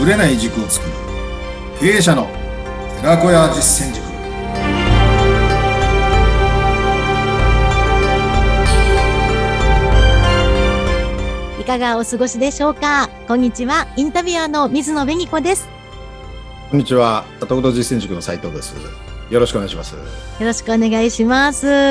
ぶれない軸を作る経営者の寺子屋実践塾。 いかがお過ごしでしょうか。こんにちは、インタビュアーの水野紅子です。 こんにちは、徳田実践塾の斉藤です。よろしくお願いします。 よろしくお願いします。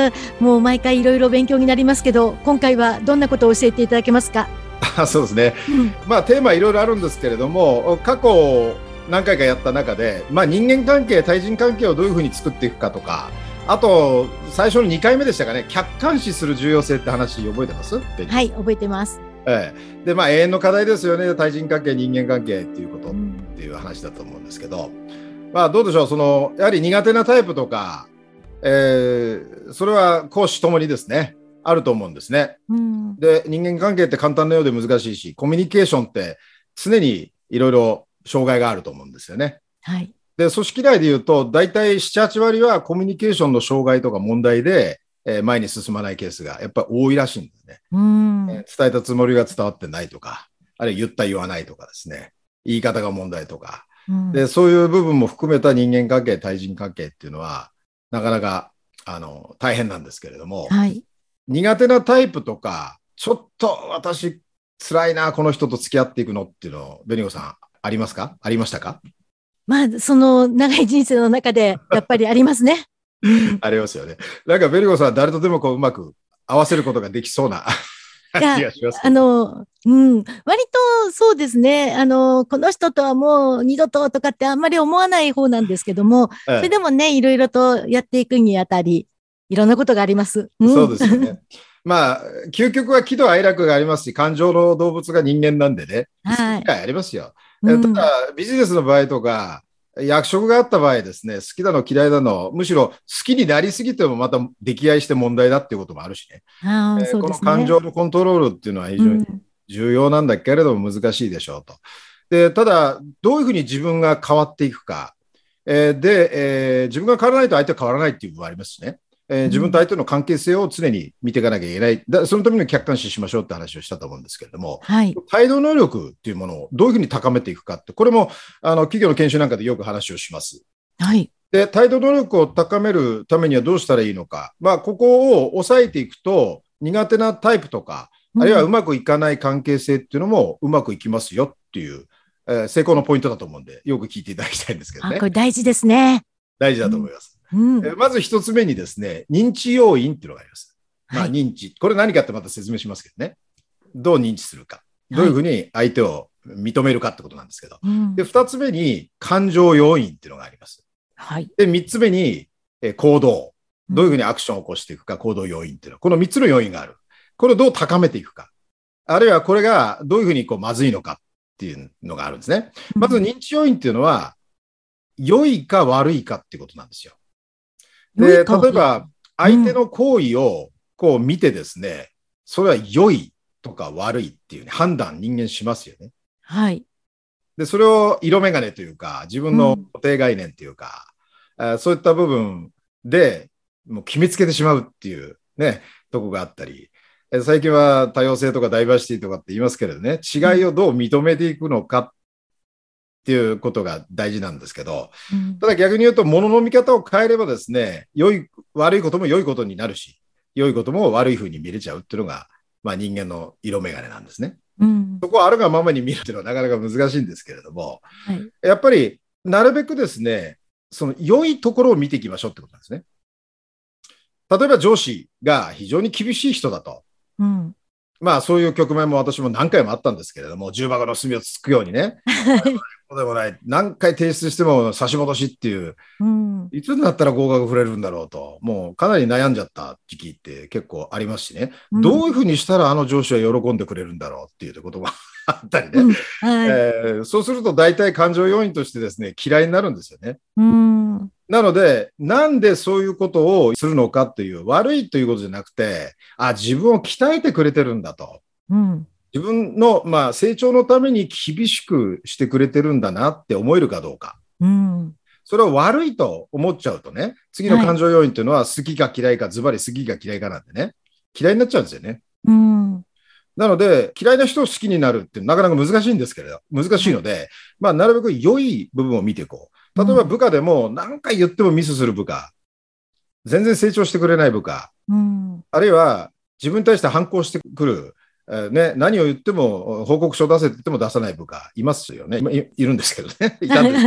もう毎回いろいろ勉強になりますけど、今回はどんなことを教えていただけますか？ そうですね、テーマいろいろあるんですけれども、過去何回かやった中で、人間関係、対人関係をどういうふうに作っていくかとか、あと最初の2回目でしたかね、客観視する重要性って話覚えてます？ はい、覚えてます。 で永遠の課題ですよね、対人関係、人間関係っていうことっていう話だと思うんですけど、どうでしょう、やはり苦手なタイプとか、それは公私ともにですね、あると思うんですね。で、人間関係って簡単なようで難しいし、コミュニケーションって常にいろいろ障害があると思うんですよね。 はい。で、 組織内でいうと、大体7、8割はコミュニケーションの障害とか問題で、前に進まないケースがやっぱり多いらしいんですね。伝えたつもりが伝わってないとか、あるいは言った言わないとかですね、言い方が問題とか、でそういう部分も含めた人間関係、対人関係っていうのはなかなか大変なんですけれども、はい、苦手なタイプとか、ちょっと私辛いな、この人と付き合っていくのっていうの、紅子さんありますか？ありましたか？ その長い人生の中でやっぱりありますね。 ありますよね。なんか紅子さん、誰とでもうまく合わせることができそうな気がします。割とそうですね。この人とはもう二度ととかってあんまり思わない方なんですけども、それでもね、いろいろとやっていくにあたり、いろんなことがあります。 そうですよね。究極は喜怒哀楽がありますし、感情の動物が人間なんでね、はい、ありますよ。ただ、ビジネスの場合とか、役職があった場合ですね、好きだの嫌いだの、むしろ好きになりすぎてもまた溺愛して問題だっていうこともあるしね。この感情のコントロールっていうのは非常に重要なんだけれども難しいでしょうと。で、ただ、どういうふうに自分が変わっていくか。自分が変わらないと相手は変わらないっていう部分もありますしね。自分と相手の関係性を常に見ていかなきゃいけない。そのために客観視しましょうって話をしたと思うんですけれども、はい、態度能力っていうものをどういうふうに高めていくかって、これも企業の研修なんかでよく話をします。はい、で、態度能力を高めるためにはどうしたらいいのか。ここを抑えていくと、苦手なタイプとか、あるいはうまくいかない関係性っていうのもうまくいきますよっていう、成功のポイントだと思うんで、よく聞いていただきたいんですけどね。 これ大事ですね。 大事だと思います。まず一つ目にですね、認知要因っていうのがあります。認知。これ何かってまた説明しますけどね。どう認知するか。どういうふうに相手を認めるかってことなんですけど。で、二つ目に感情要因っていうのがあります。はい、で、三つ目に行動。どういうふうにアクションを起こしていくか、行動要因っていうのは。この三つの要因がある。これをどう高めていくか。あるいはこれがどういうふうにまずいのかっていうのがあるんですね。まず認知要因っていうのは、良いか悪いかっていうことなんですよ。で、例えば、相手の行為を見てですね、それは良いとか悪いっていう、ね、判断人間しますよね。はい。で、それを色眼鏡というか、自分の固定概念というか、そういった部分でもう決めつけてしまうっていうね、とこがあったり、最近は多様性とかダイバーシティとかって言いますけれどね、違いをどう認めていくのかっていうことが大事なんですけど、ただ逆に言うと、物の見方を変えればですね、悪いことも良いことになるし、良いことも悪いふうに見れちゃうっていうのが、人間の色眼鏡なんですね。そこをあるがままに見るっていうのはなかなか難しいんですけれども、はい、やっぱりなるべくですね、その良いところを見ていきましょうってことなんですね。例えば上司が非常に厳しい人だと。そういう局面も私も何回もあったんですけれども、重箱の隅をつくようにね、そうでもない、何回提出しても差し戻しっていう、いつになったら合格触れるんだろうと、もうかなり悩んじゃった時期って結構ありますしね、どういうふうにしたらあの上司は喜んでくれるんだろうっていうこともあったりね、そうすると大体感情要因としてですね、嫌いになるんですよね。なので、なんでそういうことをするのかっていう、悪いということじゃなくて、自分を鍛えてくれてるんだと。自分の、成長のために厳しくしてくれてるんだなって思えるかどうか。それを悪いと思っちゃうとね、次の感情要因っていうのは好きか嫌いか、ズバリ好きか嫌いかなんでね、嫌いになっちゃうんですよね。 なので、嫌いな人を好きになるってなかなか難しいんですけれど、難しいので、まあ、なるべく良い部分を見ていこう。例えば部下でも何回言ってもミスする部下、全然成長してくれない部下、あるいは自分に対して反抗してくる、何を言っても報告書出せって言っても出さない部下いますよね。いるんですけどね。いたん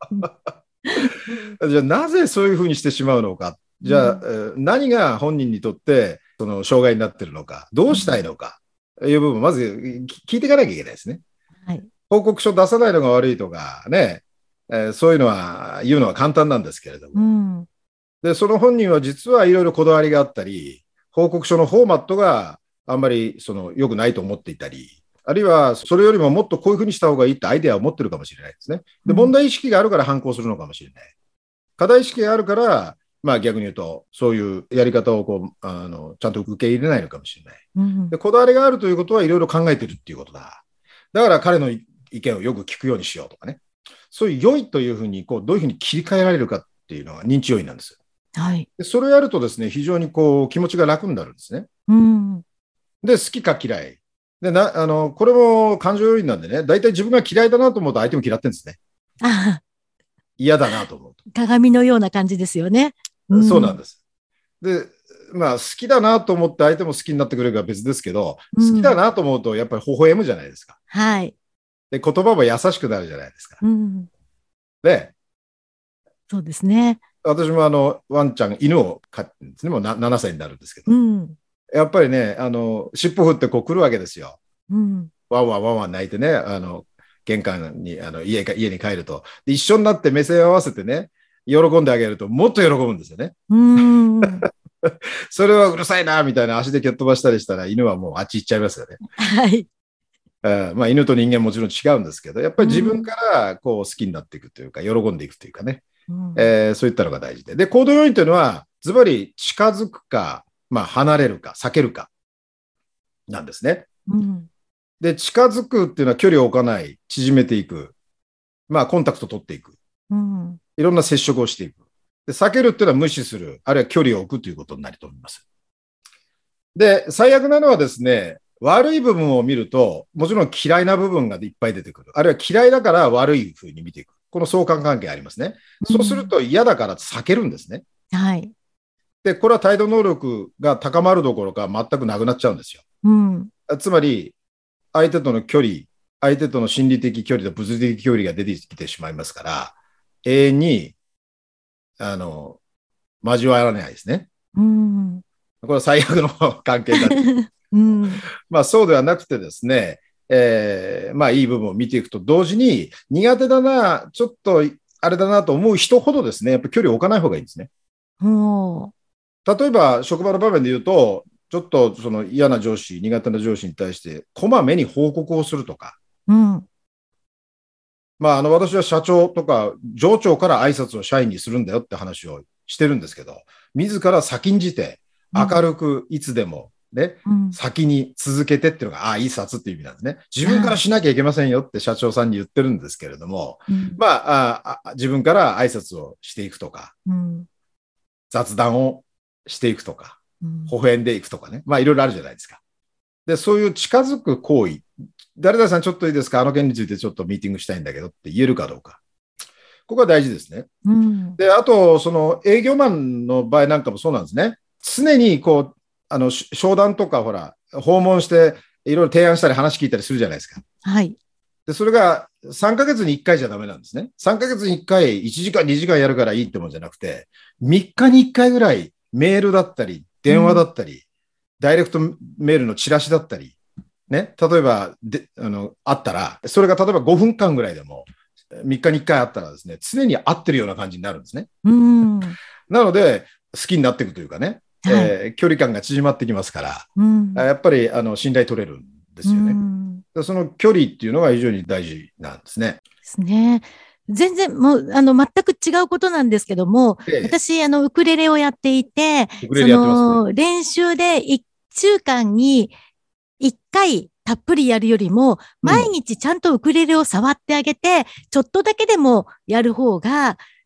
ですじゃあなぜそういうふうにしてしまうのか。じゃあ、何が本人にとってその障害になっているのか、どうしたいのかという部分、まず聞いていかなきゃいけないですね。はい、報告書出さないのが悪いとかね、そういうのは言うのは簡単なんですけれども、でその本人は実はいろいろこだわりがあったり、報告書のフォーマットがあんまり良くないと思っていたり、あるいはそれよりももっとこういうふうにした方がいいってアイデアを持ってるかもしれないですね。で、問題意識があるから反抗するのかもしれない。課題意識があるから、まあ逆に言うと、そういうやり方をちゃんと受け入れないのかもしれない。で、こだわりがあるということはいろいろ考えてるっていうことだ。だから彼の意見をよく聞くようにしようとかね。そういう良いというふうにどういうふうに切り替えられるかっていうのが認知要因なんですよ。はい。でそれをやるとですね、非常に気持ちが楽になるんですね。で、好きか嫌い。でこれも感情要因なんでね、大体自分が嫌いだなと思うと相手も嫌ってるんですね。嫌だなと思うと。 鏡のような感じですよね。 そうなんです。で、まあ、好きだなと思って相手も好きになってくれるか別ですけど、好きだなと思うとやっぱり微笑むじゃないですか。 はい。 で、言葉も優しくなるじゃないですか。で、 そうですね。 私もワンちゃん、犬を飼ってるんですね。もう7歳になるんですけど。やっぱりね、尻尾振って来るわけですよ。ワンワンワンワン泣いてね、玄関に、家に帰ると。で、一緒になって目線を合わせてね、喜んであげるともっと喜ぶんですよね。それはうるさいなみたいな足で蹴っ飛ばしたりしたら犬はもうあっち行っちゃいますよね。はい。まあ、犬と人間もちろん違うんですけど、やっぱり自分から好きになっていくというか、喜んでいくというかね、そういったのが大事で。で、行動要因というのは、ズバリ近づくか、まあ、離れるか、避けるかなんですね。で、近づくっていうのは距離を置かない、縮めていく、まあ、コンタクトを取っていく、いろんな接触をしていく。で、避けるっていうのは無視する、あるいは距離を置くということになると思います。で、最悪なのはですね、悪い部分を見ると、もちろん嫌いな部分がいっぱい出てくる。あるいは嫌いだから悪い風に見ていく。この相関関係ありますね。そうすると嫌だから避けるんですね。はい。で、これは態度能力が高まるどころか全くなくなっちゃうんですよ。つまり、相手との距離、相手との心理的距離と物理的距離が出てきてしまいますから、永遠に、交わらないですね。これは最悪の関係だと。まあそうではなくてですね、まあいい部分を見ていくと同時に苦手だな、ちょっとあれだなと思う人ほどですね、やっぱり距離を置かない方がいいんですね。例えば職場の場面で言うと、ちょっとその嫌な上司、苦手な上司に対してこまめに報告をするとか、まあ私は社長とか上長から挨拶を社員にするんだよって話をしてるんですけど、自ら先んじて明るくいつでもね、先に続けてっていうのが、挨拶っていう意味なんですね。自分からしなきゃいけませんよって社長さんに言ってるんですけれども、まあ、自分から挨拶をしていくとか、雑談をしていくとか、微笑んでいくとかね、まあいろいろあるじゃないですか。で、そういう近づく行為、誰々さんちょっといいですか、あの件についてちょっとミーティングしたいんだけどって言えるかどうか。ここが大事ですね。で、あと、その営業マンの場合なんかもそうなんですね。常に商談とかほら、訪問していろいろ提案したり話聞いたりするじゃないですか。はい。で、それが3ヶ月に1回じゃダメなんですね。3ヶ月に1回、1時間、2時間やるからいいってもんじゃなくて、3日に1回ぐらいメールだったり、電話だったり、ダイレクトメールのチラシだったり、ね、例えばあったら、それが例えば5分間ぐらいでも、3日に1回あったらですね、常に会ってるような感じになるんですね。なので、好きになっていくというかね、距離感が縮まってきますから、やっぱり信頼取れるんですよね。その距離っていうのが非常に大事なんですね。 ですね。全然もう全く違うことなんですけども、私ウクレレをやっていて、練習で1週間に1回たっぷりやるよりも、毎日ちゃんとウクレレを触ってあげて、ちょっとだけでもやる方が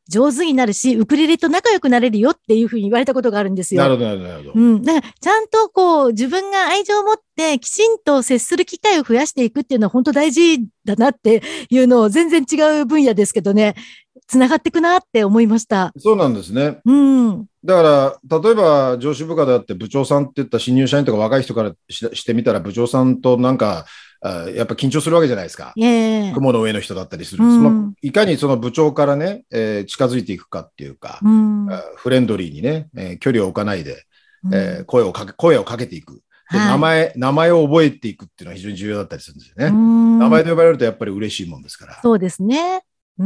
上手になるし、ウクレレと仲良くなれるよっていうふうに言われたことがあるんですよ。 なるほど、なるほど。 だからちゃんとこう自分が愛情を持ってきちんと接する機会を増やしていくっていうのは本当大事だなっていうのを全然違う分野ですけどね、つながっていくなって思いました。 そうなんですね。 うんだから、例えば上司部下であって部長さんって言った新入社員とか若い人からしてみたら部長さんとなんか、やっぱ緊張するわけじゃないですか。雲の上の人だったりする。いかにその部長からね、近づいていくかっていうか、フレンドリーにね、距離を置かないで、声をかけていく。で、名前を覚えていくっていうのは非常に重要だったりするんですよね。名前で呼ばれるとやっぱり嬉しいもんですから。 そうですね。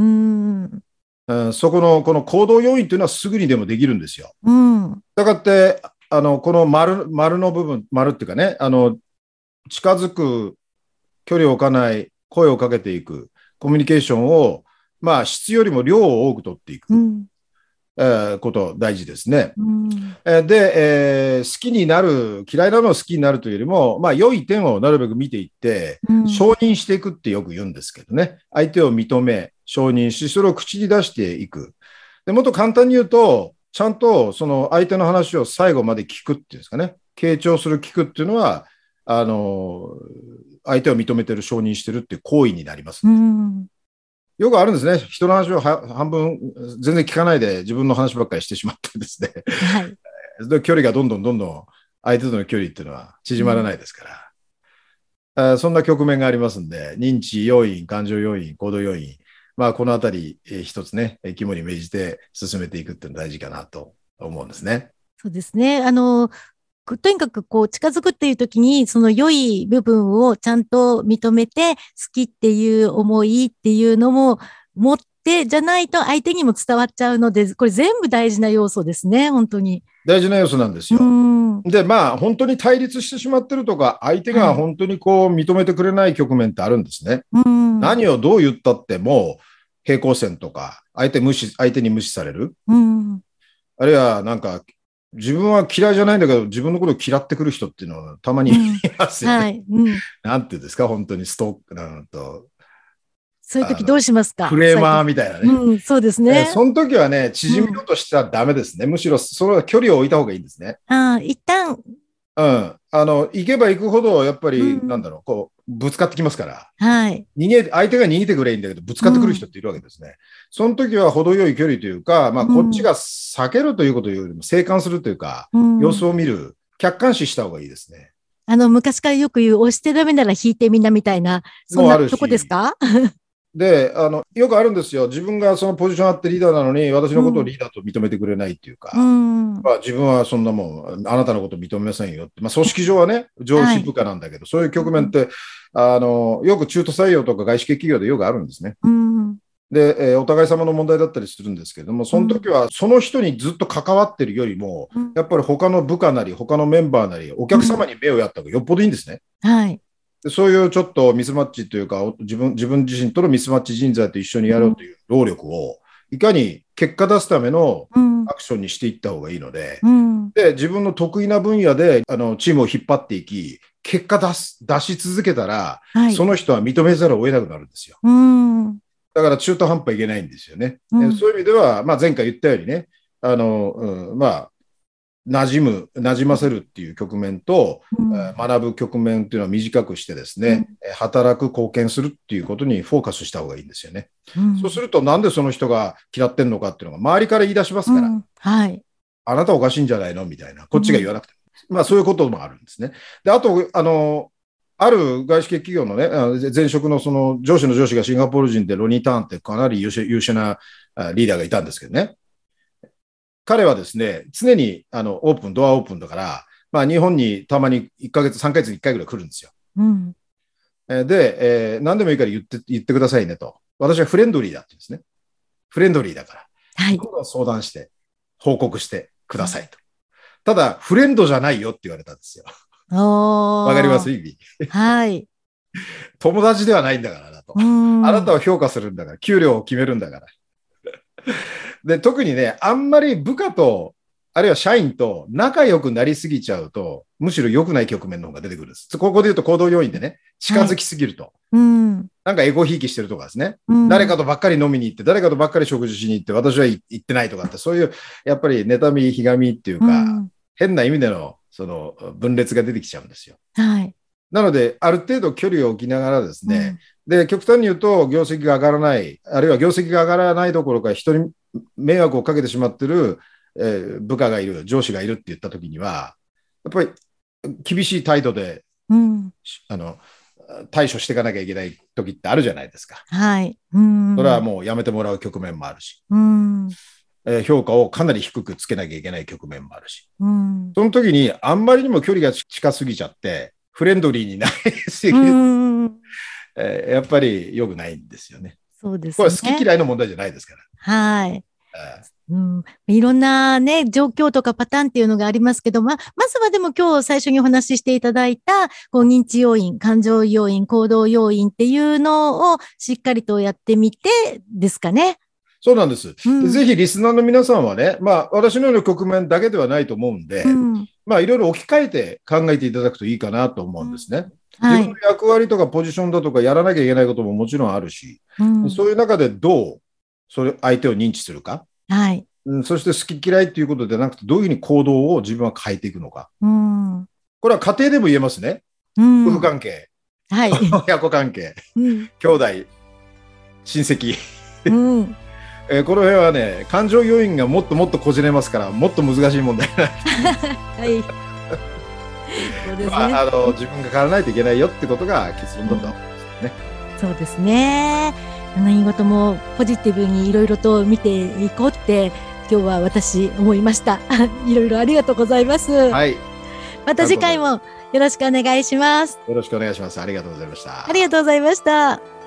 そこの、この行動要因というのはすぐにでもできるんですよ。だからって、この丸の部分、丸っていうかね、近づく、距離を置かない、声をかけていく、コミュニケーションを、まあ、質よりも量を多く取っていく、こと大事ですね。で、好きになる、嫌いなのを好きになるというよりも、まあ、良い点をなるべく見ていって、承認していくってよく言うんですけどね。相手を認め、承認し、それを口に出していく。で、もっと簡単に言うと、ちゃんとその相手の話を最後まで聞くっていうんですかね。傾聴する聞くっていうのは、相手を認めてる、承認してるっていう行為になります。よくあるんですね。人の話を半分全然聞かないで自分の話ばっかりしてしまってですね。はい、距離がどんどん相手との距離っていうのは縮まらないですから。そんな局面がありますんで、認知要因、感情要因、行動要因、まあこのあたり一つね、肝に銘じて進めていくっていうのが大事かなと思うんですね。 そうですね。とにかくこう近づくっていう時にその良い部分をちゃんと認めて好きっていう思いっていうのも持ってじゃないと相手にも伝わっちゃうので、これ全部大事な要素ですね、本当に。 大事な要素なんですよ。で、まあ本当に対立してしまってるとか、相手が本当にこう認めてくれない局面ってあるんですね。何をどう言ったっても平行線とか、相手に無視される。あるいはなんか、自分は嫌いじゃないんだけど、自分のことを嫌ってくる人っていうのはたまにいますよね。なんていうんですか、本当にストークなんと。 そういう時どうしますか？ クレーマーみたいなね。 そうですね。 その時はね、縮めようとしてはダメですね。むしろ、それは距離を置いた方がいいんですね。 一旦。 行けば行くほど、やっぱり、なんだろう、こう、ぶつかってきますから。相手が逃げてくれいいんだけど、ぶつかってくる人っているわけですね。その時は程よい距離というか、まあ、こっちが避けるということよりも、静観するというか、様子を見る、客観視した方がいいですね。 昔からよく言う、押してダメなら引いてみんなみたいな、そんなとこですか？ で、よくあるんですよ。自分がそのポジションあってリーダーなのに、私のことをリーダーと認めてくれないっていうか、まあ、自分はそんなもん、あなたのことを認めませんよって、まあ、組織上はね、上司部下なんだけど、そういう局面って、よく中途採用とか外資系企業でよくあるんですね。で、お互い様の問題だったりするんですけれども、その時はその人にずっと関わってるよりも、やっぱり他の部下なり、他のメンバーなり、お客様に目をやった方がよっぽどいいんですね。そういうちょっとミスマッチというか、自分自身とのミスマッチ人材と一緒にやろうという労力を、いかに結果出すためのアクションにしていった方がいいので、で、自分の得意な分野でチームを引っ張っていき、結果出し続けたら、その人は認めざるを得なくなるんですよ。だから中途半端いけないんですよね。そういう意味では、まあ、前回言ったようにね、まあ、馴染ませるっていう局面と、学ぶ局面っていうのは短くしてですね、働く、貢献するっていうことにフォーカスした方がいいんですよね。そうすると、なんでその人が嫌ってんのかっていうのが周りから言い出しますから、あなたおかしいんじゃないのみたいな、こっちが言わなくても。まあ、そういうこともあるんですね。で、あと、ある外資系企業のね、前職のその上司の上司がシンガポール人でロニー・ターンってかなり優秀なリーダーがいたんですけどね。彼はですね、常にドアオープンだから、まあ、日本にたまに1ヶ月、3ヶ月に1回ぐらい来るんですよ。で、何でもいいから言ってくださいねと。私はフレンドリーだって言うんですね。フレンドリーだから。どんどん相談して、報告してくださいと。ただ、フレンドじゃないよって言われたんですよ。わかります意味。 はい。 友達ではないんだからだと。あなたを評価するんだから、給料を決めるんだから。で、特にね、あんまり部下とあるいは社員と仲良くなりすぎちゃうと、むしろ良くない局面の方が出てくるんです。ここで言うと行動要因でね、近づきすぎると。はい、 うん、 なんかエゴひいきしてるとかですね、うん。誰かとばっかり飲みに行って、誰かとばっかり食事しに行って、私は行ってないとかって、そういう、やっぱり妬み、ひがみっていうか、うん、変な意味での、その分裂が出てきちゃうんですよ。 はい。 なので、ある程度距離を置きながらですね、うん、で、極端に言うと、業績が上がらない、あるいは業績が上がらないどころか、人に迷惑をかけてしまってる、部下がいる、上司がいるって言ったときには、やっぱり厳しい態度で、うん、対処していかなきゃいけない時ってあるじゃないですか。 はい。 それはもうやめてもらう局面もあるし、評価をかなり低くつけなきゃいけない局面もあるし、その時にあんまりにも距離が近すぎちゃって、フレンドリーになりすぎる、やっぱり良くないんですよね。 そうですね。 これは好き嫌いの問題じゃないですから。 はい。いろんなね、状況とかパターンっていうのがありますけど、まずはでも今日最初にお話ししていただいた、こう認知要因、感情要因、行動要因っていうのをしっかりとやってみてですかね。 そうなんです。ぜひリスナーの皆さんはね、私のような局面だけではないと思うんで、いろいろ置き換えて考えていただくといいかなと思うんですね。はい、自分の役割とかポジションだとかやらなきゃいけないことももちろんあるし、そういう中でどう相手を認知するか。 はい。 そして好き嫌いということではなくて、どういうふうに行動を自分は変えていくのか。これは家庭でも言えますね。夫婦関係、 はい、 親子関係、兄弟、親戚。この辺はね、感情要因がもっともっとこじれますから、もっと難しい問題なんです。 はい。そうですね。 自分が変わらないといけないよってことが結論だと思うんですよね。 そうですね。何事もポジティブにいろいろと見ていこうって今日は私思いました。いろいろありがとうございます。 はい。 また次回もよろしくお願いします。 よろしくお願いします。ありがとうございました。 ありがとうございました。